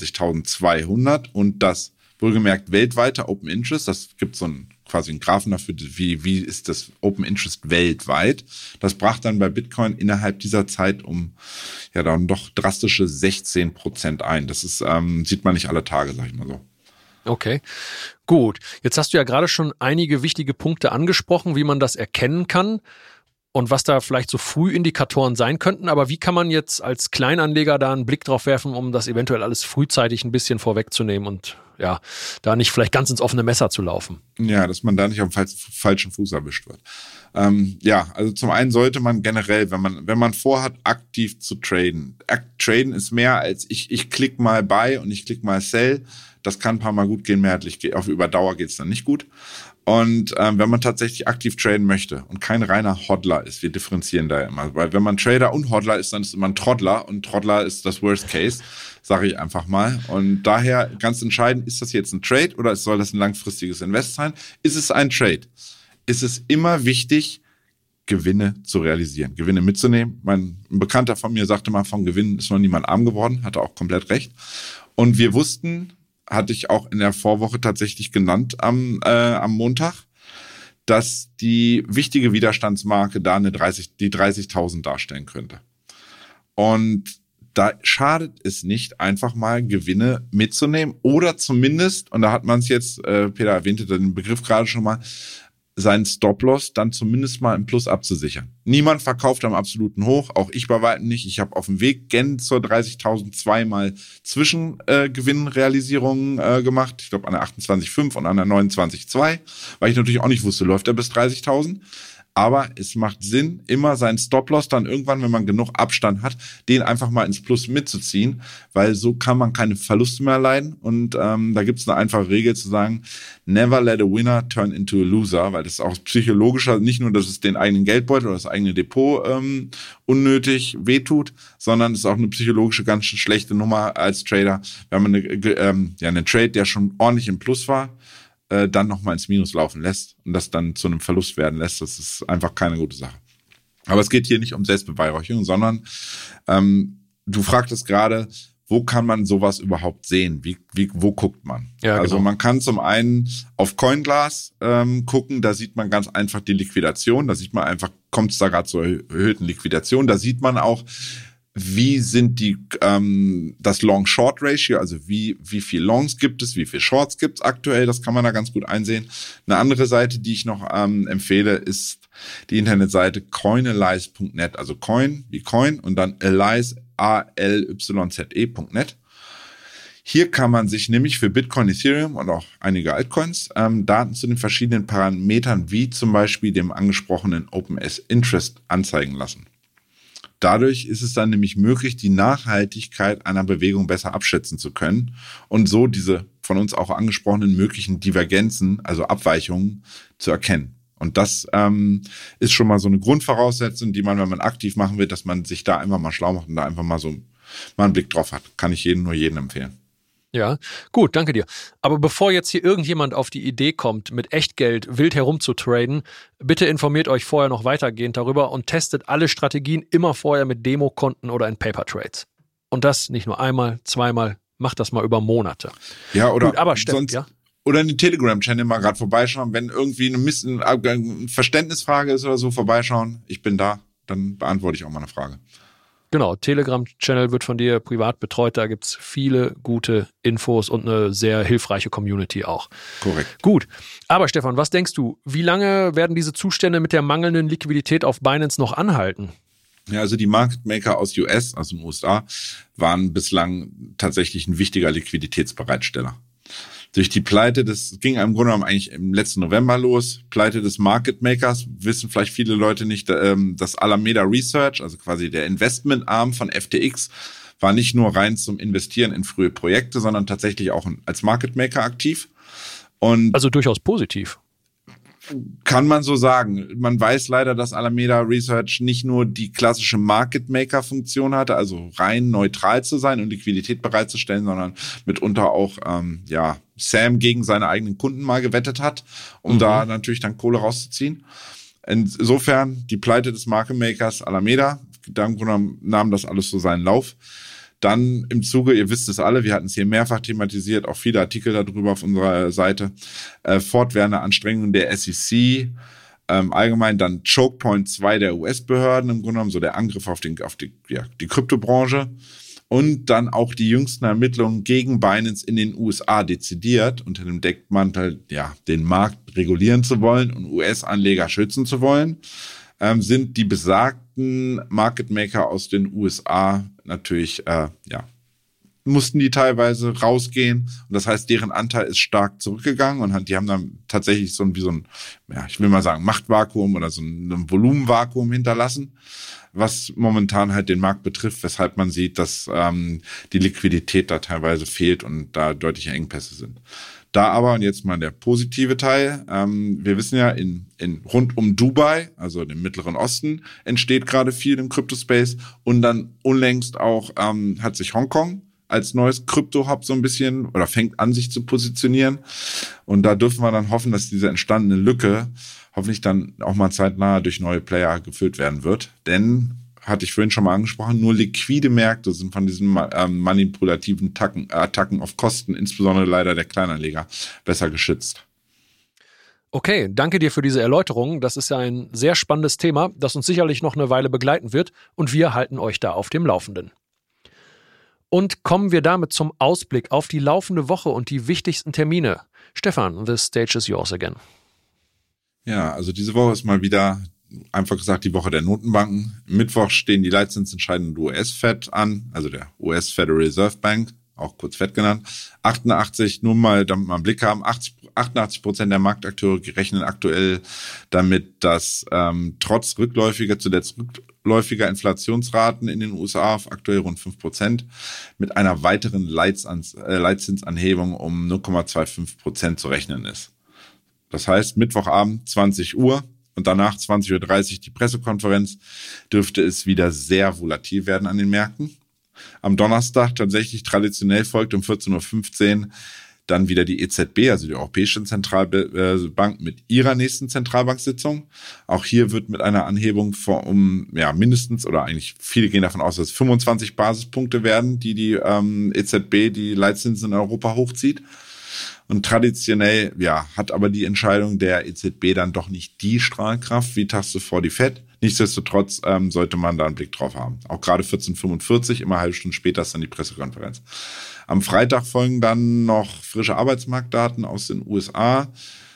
27.200 und das wohlgemerkt weltweite Open Interest, das gibt so quasi einen Graphen dafür, wie ist das Open Interest weltweit. Das brach dann bei Bitcoin innerhalb dieser Zeit um dann doch drastische 16% ein. Das ist sieht man nicht alle Tage, sag ich mal so. Okay, gut. Jetzt hast du ja gerade schon einige wichtige Punkte angesprochen, wie man das erkennen kann und was da vielleicht so Frühindikatoren sein könnten. Aber wie kann man jetzt als Kleinanleger da einen Blick drauf werfen, um das eventuell alles frühzeitig ein bisschen vorwegzunehmen und da nicht vielleicht ganz ins offene Messer zu laufen? Ja, dass man da nicht am falschen Fuß erwischt wird. Also zum einen sollte man generell, wenn man vorhat, aktiv zu traden. Traden ist mehr als ich klick mal Buy und ich klick mal Sell. Das kann ein paar Mal gut gehen, mehrheitlich auf über Dauer geht's dann nicht gut. Und wenn man tatsächlich aktiv traden möchte und kein reiner Hodler ist, wir differenzieren da immer, weil wenn man Trader und Hodler ist, dann ist man Troddler und Troddler ist das Worst Case, sage ich einfach mal. Und daher ganz entscheidend, ist das jetzt ein Trade oder soll das ein langfristiges Invest sein? Ist es ein Trade? Ist es immer wichtig, Gewinne zu realisieren, Gewinne mitzunehmen. Ein Bekannter von mir sagte mal, von Gewinnen ist noch niemand arm geworden, hatte auch komplett recht. Und wir wussten, hatte ich auch in der Vorwoche tatsächlich genannt am Montag, dass die wichtige Widerstandsmarke da die 30.000 darstellen könnte. Und da schadet es nicht, einfach mal Gewinne mitzunehmen oder zumindest, und da hat man es jetzt, Peter erwähnte den Begriff gerade schon mal, seinen Stop-Loss dann zumindest mal im Plus abzusichern. Niemand verkauft am absoluten Hoch, auch ich bei weitem nicht. Ich habe auf dem Weg zur 30.000 zweimal Zwischengewinnrealisierungen gemacht. Ich glaube an der 28,5 und an der 29,2, weil ich natürlich auch nicht wusste, läuft er bis 30.000. Aber es macht Sinn, immer seinen Stop-Loss dann irgendwann, wenn man genug Abstand hat, den einfach mal ins Plus mitzuziehen, weil so kann man keine Verluste mehr erleiden. Und da gibt es eine einfache Regel zu sagen, never let a winner turn into a loser, weil das ist auch psychologischer, nicht nur, dass es den eigenen Geldbeutel oder das eigene Depot unnötig wehtut, sondern es ist auch eine psychologische ganz schlechte Nummer als Trader, wenn man einen Trade, der schon ordentlich im Plus war, dann nochmal ins Minus laufen lässt und das dann zu einem Verlust werden lässt. Das ist einfach keine gute Sache. Aber es geht hier nicht um Selbstbeweihräucherung, sondern du fragtest gerade, wo kann man sowas überhaupt sehen? Wo guckt man? Ja, also man kann zum einen auf CoinGlass gucken, da sieht man ganz einfach die Liquidation, da sieht man einfach, kommt es da gerade zur erhöhten Liquidation, da sieht man auch, wie sind das Long-Short-Ratio, also wie viel Longs gibt es, wie viel Shorts gibt es aktuell, das kann man da ganz gut einsehen. Eine andere Seite, die ich noch empfehle, ist die Internetseite coinalyze.net, also Coin wie Coin und dann Alyze, ALYZE.net. Hier kann man sich nämlich für Bitcoin, Ethereum und auch einige Altcoins Daten zu den verschiedenen Parametern wie zum Beispiel dem angesprochenen OpenS-Interest anzeigen lassen. Dadurch ist es dann nämlich möglich, die Nachhaltigkeit einer Bewegung besser abschätzen zu können und so diese von uns auch angesprochenen möglichen Divergenzen, also Abweichungen, zu erkennen. Und das ist schon mal so eine Grundvoraussetzung, die man, wenn man aktiv machen will, dass man sich da einfach mal schlau macht und da einfach mal einen Blick drauf hat. Kann ich jedem empfehlen. Ja, gut, danke dir. Aber bevor jetzt hier irgendjemand auf die Idee kommt, mit Echtgeld wild herumzutraden, bitte informiert euch vorher noch weitergehend darüber und testet alle Strategien immer vorher mit Demokonten oder in Paper Trades. Und das nicht nur einmal, zweimal, macht das mal über Monate. Ja, oder gut, aber Steffen, sonst, ja? Oder in den Telegram-Channel mal gerade vorbeischauen, wenn irgendwie eine Verständnisfrage ist oder so, vorbeischauen. Ich bin da, dann beantworte ich auch mal eine Frage. Genau, Telegram-Channel wird von dir privat betreut, da gibt's viele gute Infos und eine sehr hilfreiche Community auch. Korrekt. Gut, aber Stefan, was denkst du, wie lange werden diese Zustände mit der mangelnden Liquidität auf Binance noch anhalten? Ja, also die Market Maker aus US, also den USA, waren bislang tatsächlich ein wichtiger Liquiditätsbereitsteller. Durch die Pleite, das ging im Grunde genommen eigentlich im letzten November los, Pleite des Market Makers, wissen vielleicht viele Leute nicht, das Alameda Research, also quasi der Investmentarm von FTX, war nicht nur rein zum Investieren in frühe Projekte, sondern tatsächlich auch als Market Maker aktiv. Und also durchaus positiv. Kann man so sagen. Man weiß leider, dass Alameda Research nicht nur die klassische Market Maker Funktion hatte, also rein neutral zu sein und Liquidität bereitzustellen, sondern mitunter auch Sam gegen seine eigenen Kunden mal gewettet hat, um da natürlich dann Kohle rauszuziehen. Insofern die Pleite des Market Makers Alameda, dann nahm das alles so seinen Lauf. Dann im Zuge, ihr wisst es alle, wir hatten es hier mehrfach thematisiert, auch viele Artikel darüber auf unserer Seite, fortwährende Anstrengungen der SEC, allgemein dann Choke Point 2 der US-Behörden, im Grunde genommen so der Angriff auf die Kryptobranche und dann auch die jüngsten Ermittlungen gegen Binance in den USA dezidiert, unter dem Deckmantel, den Markt regulieren zu wollen und US-Anleger schützen zu wollen, sind die besagten Market Maker aus den USA natürlich, mussten die teilweise rausgehen. Und das heißt, deren Anteil ist stark zurückgegangen und die haben dann tatsächlich ich will mal sagen, Machtvakuum oder so ein Volumenvakuum hinterlassen, was momentan halt den Markt betrifft, weshalb man sieht, dass die Liquidität da teilweise fehlt und da deutliche Engpässe sind. Da aber, und jetzt mal der positive Teil, wir wissen ja, in rund um Dubai, also dem Mittleren Osten, entsteht gerade viel im Crypto-Space und dann unlängst auch hat sich Hongkong als neues Krypto-Hub so ein bisschen oder fängt an, sich zu positionieren. Und da dürfen wir dann hoffen, dass diese entstandene Lücke hoffentlich dann auch mal zeitnah durch neue Player gefüllt werden wird. Denn, hatte ich vorhin schon mal angesprochen, nur liquide Märkte sind von diesen manipulativen Attacken auf Kosten, insbesondere leider der Kleinanleger, besser geschützt. Okay, danke dir für diese Erläuterung. Das ist ja ein sehr spannendes Thema, das uns sicherlich noch eine Weile begleiten wird und wir halten euch da auf dem Laufenden. Und kommen wir damit zum Ausblick auf die laufende Woche und die wichtigsten Termine. Stefan, the stage is yours again. Ja, also diese Woche ist mal wieder, einfach gesagt, die Woche der Notenbanken. Mittwoch stehen die Leitzinsentscheidungen der US-Fed an, also der US Federal Reserve Bank, auch kurz Fed genannt. 88, nur mal, damit wir einen Blick haben, 88% der Marktakteure rechnen aktuell damit, dass trotz zuletzt rückläufiger Inflationsraten in den USA auf aktuell rund 5% mit einer weiteren Leitzinsanhebung um 0,25% zu rechnen ist. Das heißt, Mittwochabend 20 Uhr und danach 20.30 Uhr die Pressekonferenz dürfte es wieder sehr volatil werden an den Märkten. Am Donnerstag tatsächlich traditionell folgt um 14.15 Uhr Dann wieder die EZB, also die Europäische Zentralbank mit ihrer nächsten Zentralbanksitzung. Auch hier wird mit einer Anhebung um mindestens, oder eigentlich viele gehen davon aus, dass es 25 Basispunkte werden, die EZB die Leitzinsen in Europa hochzieht. Und traditionell, hat aber die Entscheidung der EZB dann doch nicht die Strahlkraft wie tags zuvor die FED. Nichtsdestotrotz sollte man da einen Blick drauf haben. Auch gerade 14:45, immer eine halbe Stunde später ist dann die Pressekonferenz. Am Freitag folgen dann noch frische Arbeitsmarktdaten aus den USA,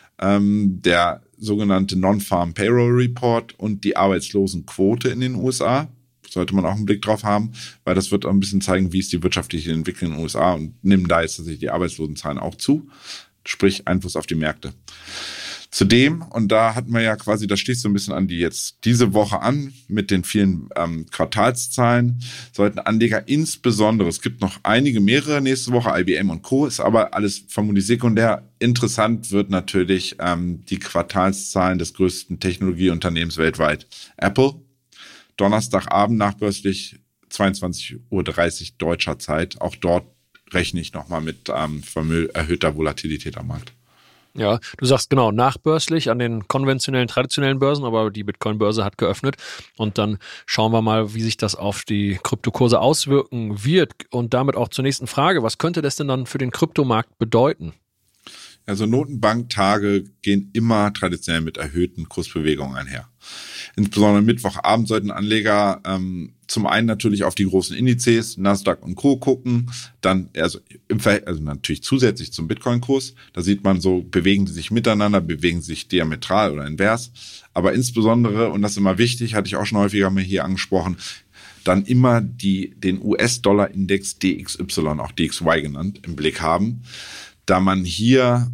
der sogenannte Non-Farm Payroll Report und die Arbeitslosenquote in den USA. Sollte man auch einen Blick drauf haben, weil das wird auch ein bisschen zeigen, wie ist die wirtschaftliche Entwicklung in den USA und nehmen da jetzt tatsächlich die Arbeitslosenzahlen auch zu, sprich Einfluss auf die Märkte. Zudem, und da hatten wir ja quasi, das schließt so ein bisschen an die jetzt diese Woche an, mit den vielen Quartalszahlen, sollten Anleger insbesondere, es gibt noch mehrere nächste Woche, IBM und Co., ist aber alles vermutlich sekundär. Interessant wird natürlich die Quartalszahlen des größten Technologieunternehmens weltweit, Apple. Donnerstagabend nachbörslich 22:30 Uhr deutscher Zeit. Auch dort rechne ich nochmal mit erhöhter Volatilität am Markt. Ja, du sagst genau, nachbörslich an den konventionellen, traditionellen Börsen, aber die Bitcoin-Börse hat geöffnet und dann schauen wir mal, wie sich das auf die Kryptokurse auswirken wird und damit auch zur nächsten Frage. Was könnte das denn dann für den Kryptomarkt bedeuten? Also Notenbanktage gehen immer traditionell mit erhöhten Kursbewegungen einher. Insbesondere Mittwochabend sollten Anleger zum einen natürlich auf die großen Indizes, Nasdaq und Co. gucken, dann also natürlich zusätzlich zum Bitcoin-Kurs. Da sieht man so, bewegen sie sich miteinander, bewegen sie sich diametral oder invers. Aber insbesondere, und das ist immer wichtig, hatte ich auch schon häufiger mal hier angesprochen, dann immer den US-Dollar-Index DXY, auch DXY genannt, im Blick haben, da man hier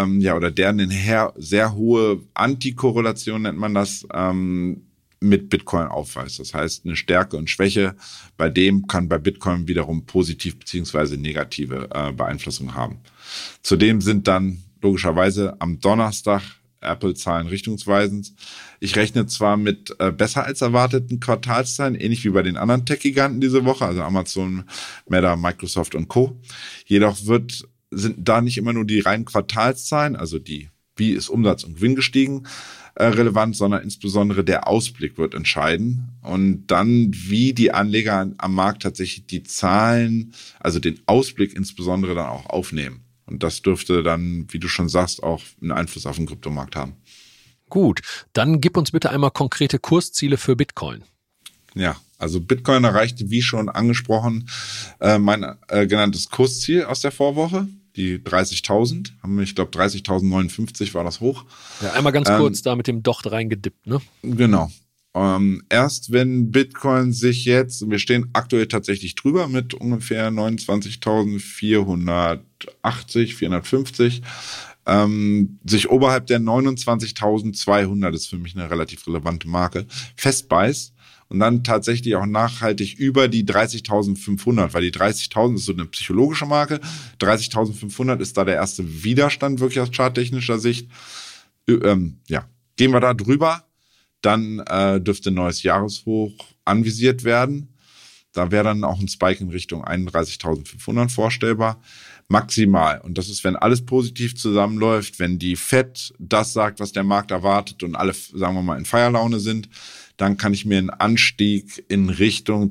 sehr hohe Antikorrelation, nennt man das, mit Bitcoin aufweist. Das heißt, eine Stärke und Schwäche, bei dem kann bei Bitcoin wiederum positiv beziehungsweise negative Beeinflussung haben. Zudem sind dann logischerweise am Donnerstag Apple-Zahlen richtungsweisend. Ich rechne zwar mit besser als erwarteten Quartalszahlen, ähnlich wie bei den anderen Tech-Giganten diese Woche, also Amazon, Meta, Microsoft und Co. Jedoch sind da nicht immer nur die reinen Quartalszahlen, also wie ist Umsatz und Gewinn gestiegen, relevant, sondern insbesondere der Ausblick wird entscheiden und dann, wie die Anleger am Markt tatsächlich die Zahlen, also den Ausblick insbesondere dann auch aufnehmen. Und das dürfte dann, wie du schon sagst, auch einen Einfluss auf den Kryptomarkt haben. Gut, dann gib uns bitte einmal konkrete Kursziele für Bitcoin. Ja, also Bitcoin erreichte, wie schon angesprochen, mein genanntes Kursziel aus der Vorwoche, die 30.000. Ich glaube 30.059 war das hoch. Ja, einmal ganz kurz da mit dem Docht reingedippt, ne? Genau. Erst wenn Bitcoin sich jetzt, wir stehen aktuell tatsächlich drüber mit ungefähr 29.480, 450, sich oberhalb der 29.200 ist für mich eine relativ relevante Marke, festbeißt und dann tatsächlich auch nachhaltig über die 30.500, weil die 30.000 ist so eine psychologische Marke, 30.500 ist da der erste Widerstand wirklich aus charttechnischer Sicht. Gehen wir da drüber, dann dürfte ein neues Jahreshoch anvisiert werden. Da wäre dann auch ein Spike in Richtung 31.500 vorstellbar. Maximal. Und das ist, wenn alles positiv zusammenläuft, wenn die FED das sagt, was der Markt erwartet und alle, sagen wir mal, in Feierlaune sind, dann kann ich mir einen Anstieg in Richtung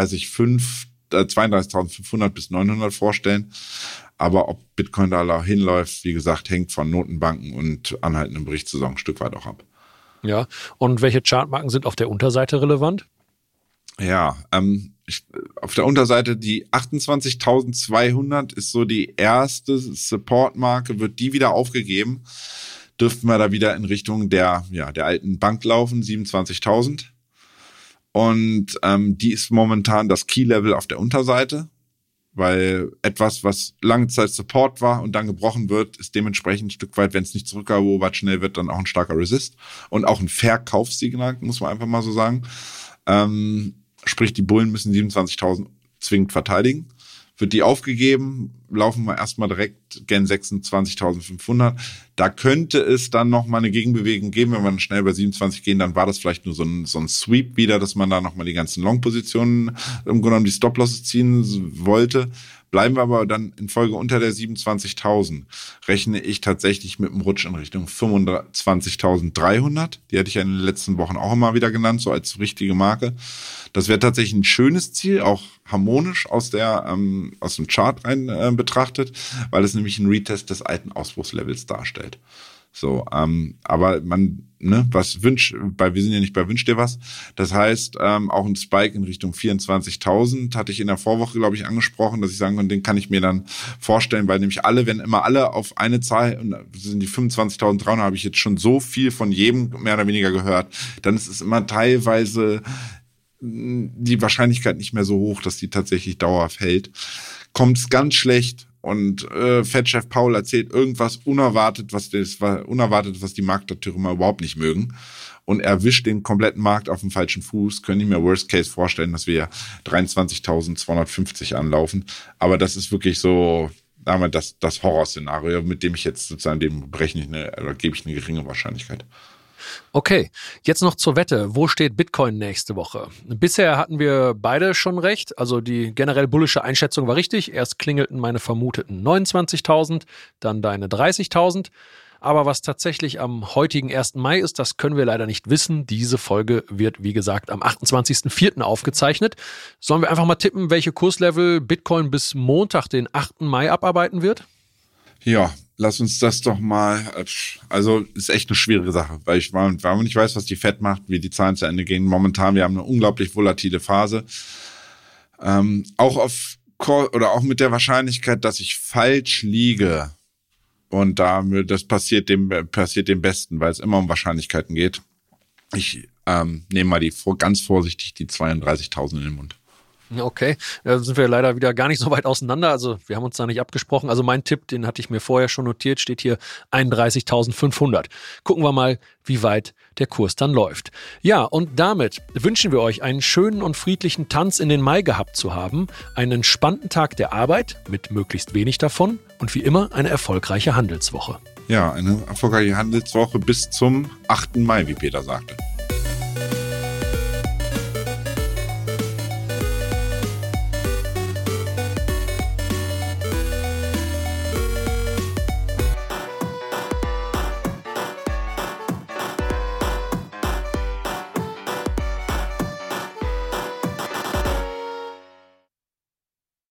32.500 bis 900 vorstellen. Aber ob Bitcoin da hinläuft, wie gesagt, hängt von Notenbanken und anhaltenden Berichtssaison ein Stück weit auch ab. Ja, und welche Chartmarken sind auf der Unterseite relevant? Ja, auf der Unterseite die 28.200 ist so die erste Support-Marke. Wird die wieder aufgegeben, dürften wir da wieder in Richtung der alten Bank laufen, 27.000. Und die ist momentan das Key-Level auf der Unterseite, weil etwas, was lange Zeit Support war und dann gebrochen wird, ist dementsprechend ein Stück weit, wenn es nicht zurückerobert schnell wird, dann auch ein starker Resist und auch ein Verkaufssignal, muss man einfach mal so sagen. Sprich, die Bullen müssen 27.000 zwingend verteidigen. Wird die aufgegeben, laufen wir erstmal direkt gen 26.500. Da könnte es dann nochmal eine Gegenbewegung geben, wenn wir dann schnell bei 27 gehen, dann war das vielleicht nur so ein Sweep wieder, dass man da nochmal die ganzen Long-Positionen im Grunde genommen die Stop-Losses ziehen wollte. Bleiben wir aber dann in Folge unter der 27.000, rechne ich tatsächlich mit einem Rutsch in Richtung 25.300. Die hatte ich ja in den letzten Wochen auch immer wieder genannt, so als richtige Marke. Das wäre tatsächlich ein schönes Ziel, auch harmonisch aus dem Chart rein betrachtet, weil es nämlich ein Retest des alten Ausbruchslevels darstellt. So, aber man, ne, wir sind ja nicht bei Wünsch dir was. Das heißt, auch ein Spike in Richtung 24.000 hatte ich in der Vorwoche, glaube ich, angesprochen, dass ich sagen kann, den kann ich mir dann vorstellen, weil nämlich wenn immer alle auf eine Zahl, und das sind die 25.300, habe ich jetzt schon so viel von jedem mehr oder weniger gehört, dann ist es immer teilweise die Wahrscheinlichkeit nicht mehr so hoch, dass die tatsächlich dauerhaft hält. Kommt es ganz schlecht und Fed-Chef Powell erzählt irgendwas Unerwartetes, was die Marktakteure mal überhaupt nicht mögen, und erwischt den kompletten Markt auf dem falschen Fuß, können ich mir Worst Case vorstellen, dass wir 23.250 anlaufen. Aber das ist wirklich so, das Horrorszenario, mit dem ich jetzt sozusagen gebe ich eine geringe Wahrscheinlichkeit. Okay, jetzt noch zur Wette. Wo steht Bitcoin nächste Woche? Bisher hatten wir beide schon recht. Also die generell bullische Einschätzung war richtig. Erst klingelten meine vermuteten 29.000, dann deine 30.000. Aber was tatsächlich am heutigen 1. Mai ist, das können wir leider nicht wissen. Diese Folge wird, wie gesagt, am 28.04. aufgezeichnet. Sollen wir einfach mal tippen, welche Kurslevel Bitcoin bis Montag, den 8. Mai, abarbeiten wird? Ja, lass uns das doch mal, also ist echt eine schwierige Sache, weil man nicht weiß, was die Fed macht, wie die Zahlen zu Ende gehen. Momentan, wir haben eine unglaublich volatile Phase. Auch mit der Wahrscheinlichkeit, dass ich falsch liege, und das passiert dem Besten, weil es immer um Wahrscheinlichkeiten geht. Ich nehme mal ganz vorsichtig die 32.000 in den Mund. Okay, da sind wir leider wieder gar nicht so weit auseinander. Also wir haben uns da nicht abgesprochen. Also mein Tipp, den hatte ich mir vorher schon notiert, steht hier 31.500. Gucken wir mal, wie weit der Kurs dann läuft. Ja, und damit wünschen wir euch einen schönen und friedlichen Tanz in den Mai gehabt zu haben, einen entspannten Tag der Arbeit mit möglichst wenig davon und wie immer eine erfolgreiche Handelswoche. Ja, eine erfolgreiche Handelswoche bis zum 8. Mai, wie Peter sagte.